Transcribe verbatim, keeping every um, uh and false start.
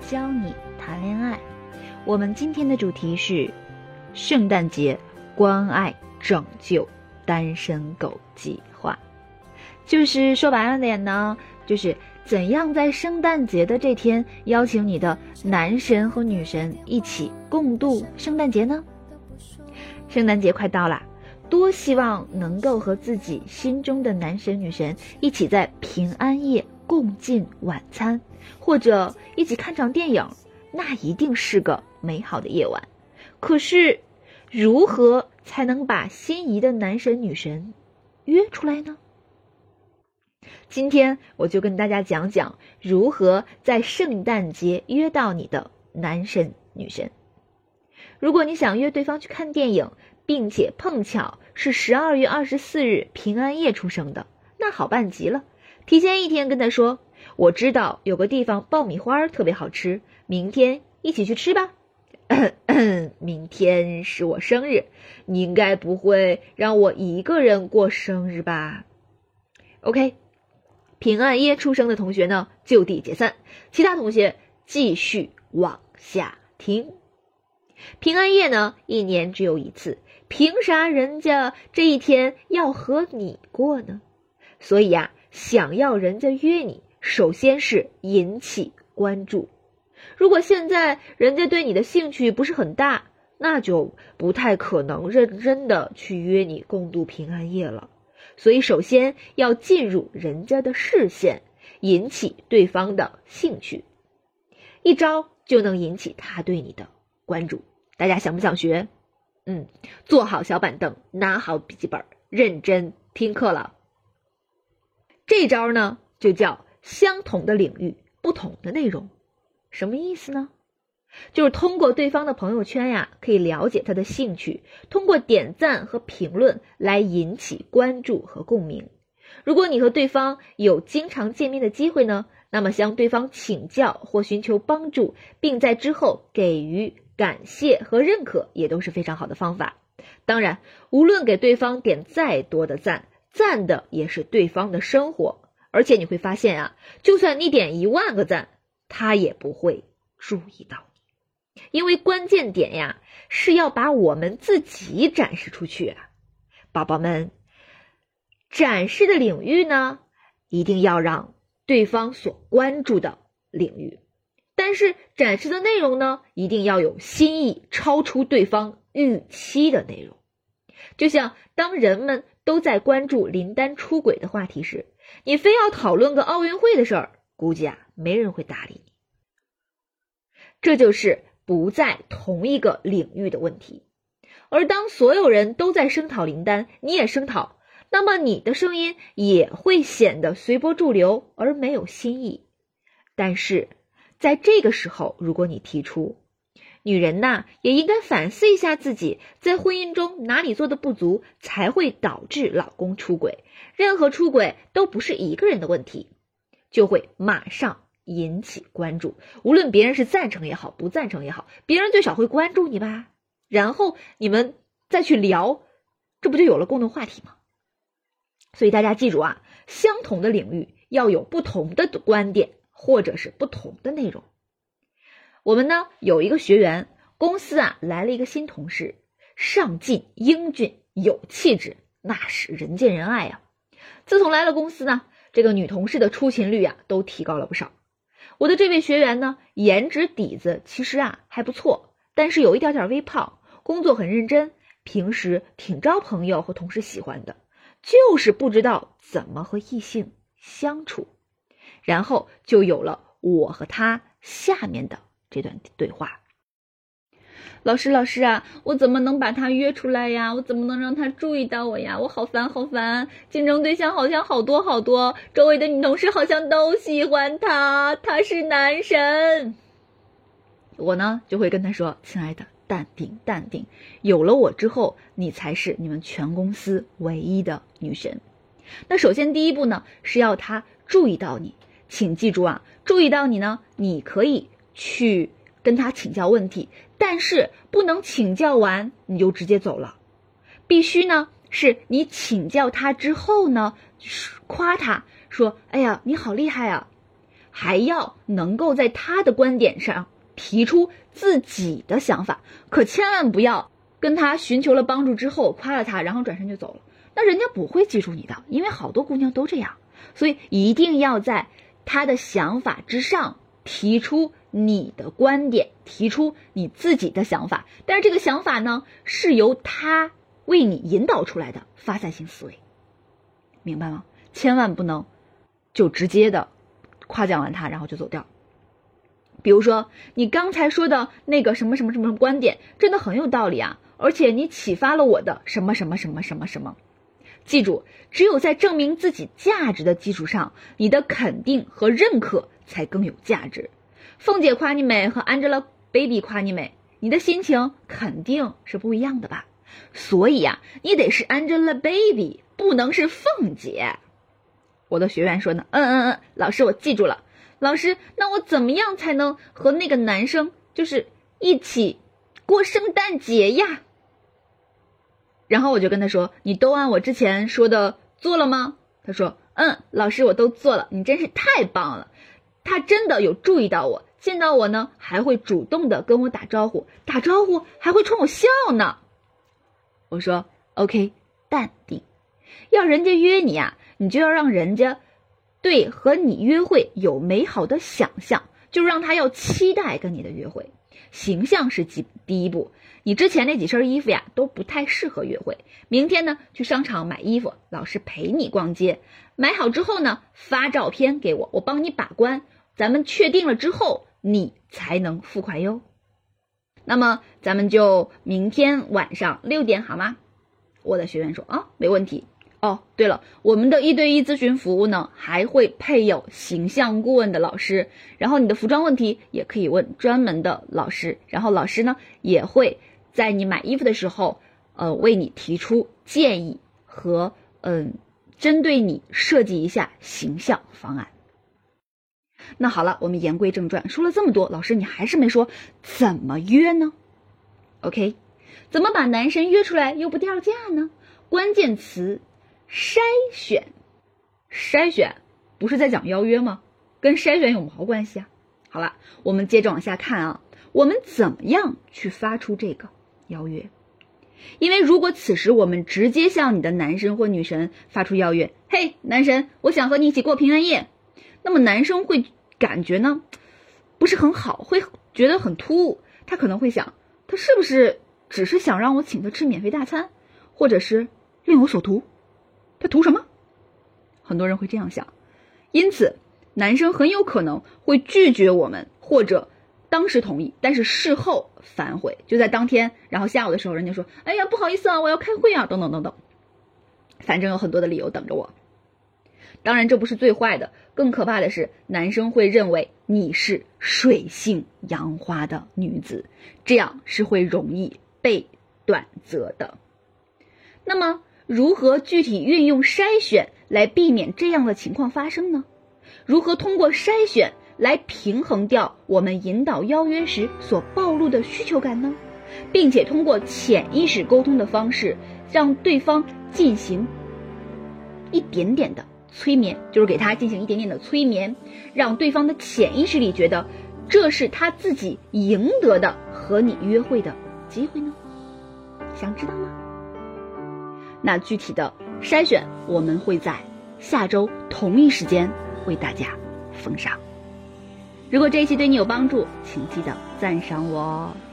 教你谈恋爱。我们今天的主题是圣诞节关爱拯救单身狗计划。就是说白了点呢，就是怎样在圣诞节的这天邀请你的男神和女神一起共度圣诞节呢？圣诞节快到了，多希望能够和自己心中的男神女神一起在平安夜共进晚餐，或者一起看场电影，那一定是个美好的夜晚。可是如何才能把心仪的男神女神约出来呢？今天我就跟大家讲讲如何在圣诞节约到你的男神女神。如果你想约对方去看电影，并且碰巧是十二月二十四日平安夜出生的，那好办极了，提前一天跟他说，我知道有个地方爆米花特别好吃，明天一起去吃吧。明天是我生日，你应该不会让我一个人过生日吧？ OK， 平安夜出生的同学呢就地解散，其他同学继续往下听。平安夜呢一年只有一次，凭啥人家这一天要和你过呢？所以啊，想要人家约你，首先是引起关注。如果现在人家对你的兴趣不是很大，那就不太可能认真的去约你共度平安夜了。所以首先要进入人家的视线，引起对方的兴趣，一招就能引起他对你的关注。大家想不想学？嗯，坐好小板凳，拿好笔记本，认真听课了。这招呢就叫相同的领域，不同的内容。什么意思呢？就是通过对方的朋友圈呀，可以了解他的兴趣，通过点赞和评论来引起关注和共鸣。如果你和对方有经常见面的机会呢，那么向对方请教或寻求帮助，并在之后给予感谢和认可，也都是非常好的方法。当然，无论给对方点再多的赞，赞的也是对方的生活。而且你会发现啊，就算你点一万个赞，他也不会注意到你。因为关键点呀，是要把我们自己展示出去啊。宝宝们，展示的领域呢，一定要让对方所关注的领域。但是展示的内容呢，一定要有新意，超出对方预期的内容。就像当人们都在关注林丹出轨的话题时，你非要讨论个奥运会的事儿，估计啊没人会搭理你。这就是不在同一个领域的问题。而当所有人都在声讨林丹，你也声讨，那么你的声音也会显得随波逐流而没有新意。但是在这个时候，如果你提出，女人呐，也应该反思一下自己在婚姻中哪里做的不足，才会导致老公出轨。任何出轨都不是一个人的问题，就会马上引起关注。无论别人是赞成也好，不赞成也好，别人最少会关注你吧。然后你们再去聊，这不就有了共同话题吗？所以大家记住啊，相同的领域要有不同的观点，或者是不同的内容。我们呢有一个学员，公司啊来了一个新同事，上进、英俊、有气质，那是人见人爱啊。自从来了公司呢，这个女同事的出勤率啊都提高了不少。我的这位学员呢，颜值底子其实啊还不错，但是有一点点微胖，工作很认真，平时挺招朋友和同事喜欢的，就是不知道怎么和异性相处。然后就有了我和他下面的这段对话。 老师老师啊，我怎么能把他约出来呀？我怎么能让他注意到我呀？我好烦好烦，竞争对象好像好多好多，周围的女同事好像都喜欢他，他是男神。 我呢就会跟他说，亲爱的，淡定淡定，有了我之后，你才是你们全公司唯一的女神。那首先第一步呢，是要他注意到你。请记住啊，注意到你呢，你可以去跟他请教问题，但是不能请教完你就直接走了，必须呢是你请教他之后呢，夸他说，哎呀，你好厉害啊， 还要能够在他的观点上提出自己的想法，可千万不要跟他寻求了帮助之后夸了他，然后转身就走了，那人家不会记住你的，因为好多姑娘都这样。所以一定要在他的想法之上提出你的观点，提出你自己的想法，但是这个想法呢，是由他为你引导出来的发散性思维，明白吗？千万不能就直接的夸奖完他然后就走掉。比如说你刚才说的那个什么什么什么观点真的很有道理啊，而且你启发了我的什么什么什么什么什么。记住，只有在证明自己价值的基础上，你的肯定和认可才更有价值。凤姐夸你美和 Angelababy 夸你美，你的心情肯定是不一样的吧？所以啊，你得是 Angelababy， 不能是凤姐。我的学员说呢，嗯嗯嗯，老师我记住了。老师，那我怎么样才能和那个男生就是一起过圣诞节呀？然后我就跟他说，你都按我之前说的做了吗？他说，嗯，老师我都做了，你真是太棒了。他真的有注意到我，见到我呢还会主动的跟我打招呼，打招呼还会冲我笑呢。我说 OK， 淡定，要人家约你啊，你就要让人家对和你约会有美好的想象，就让他要期待跟你的约会。形象是第一步，你之前那几身衣服呀都不太适合约会，明天呢去商场买衣服，老师陪你逛街，买好之后呢发照片给我，我帮你把关，咱们确定了之后你才能付款哟。那么咱们就明天晚上六点好吗？我的学员说啊，没问题。哦，对了，我们的一对一咨询服务呢，还会配有形象顾问的老师，然后你的服装问题也可以问专门的老师，然后老师呢也会在你买衣服的时候，呃，为你提出建议和嗯，针对你设计一下形象方案。那好了，我们言归正传，说了这么多，老师你还是没说怎么约呢 ？OK， 怎么把男神约出来又不掉价呢？关键词筛选，筛选不是在讲邀约吗？跟筛选有毛关系啊？好了，我们接着往下看啊，我们怎么样去发出这个邀约？因为如果此时我们直接向你的男神或女神发出邀约，嘿，男神，我想和你一起过平安夜，那么男生会感觉呢不是很好，会觉得很突兀，他可能会想，他是不是只是想让我请他吃免费大餐，或者是另有所图？他图什么？很多人会这样想，因此男生很有可能会拒绝我们，或者当时同意，但是事后反悔，就在当天，然后下午的时候人家说，哎呀不好意思啊，我要开会啊，等等等等，反正有很多的理由等着我。当然这不是最坏的，更可怕的是男生会认为你是水性杨花的女子，这样是会容易被短择的。那么如何具体运用筛选来避免这样的情况发生呢？如何通过筛选来平衡掉我们引导邀约时所暴露的需求感呢？并且通过潜意识沟通的方式让对方进行一点点的催眠，就是给他进行一点点的催眠，让对方的潜意识里觉得这是他自己赢得的和你约会的机会呢？想知道吗？那具体的筛选我们会在下周同一时间为大家奉上。如果这一期对你有帮助，请记得赞赏我哦。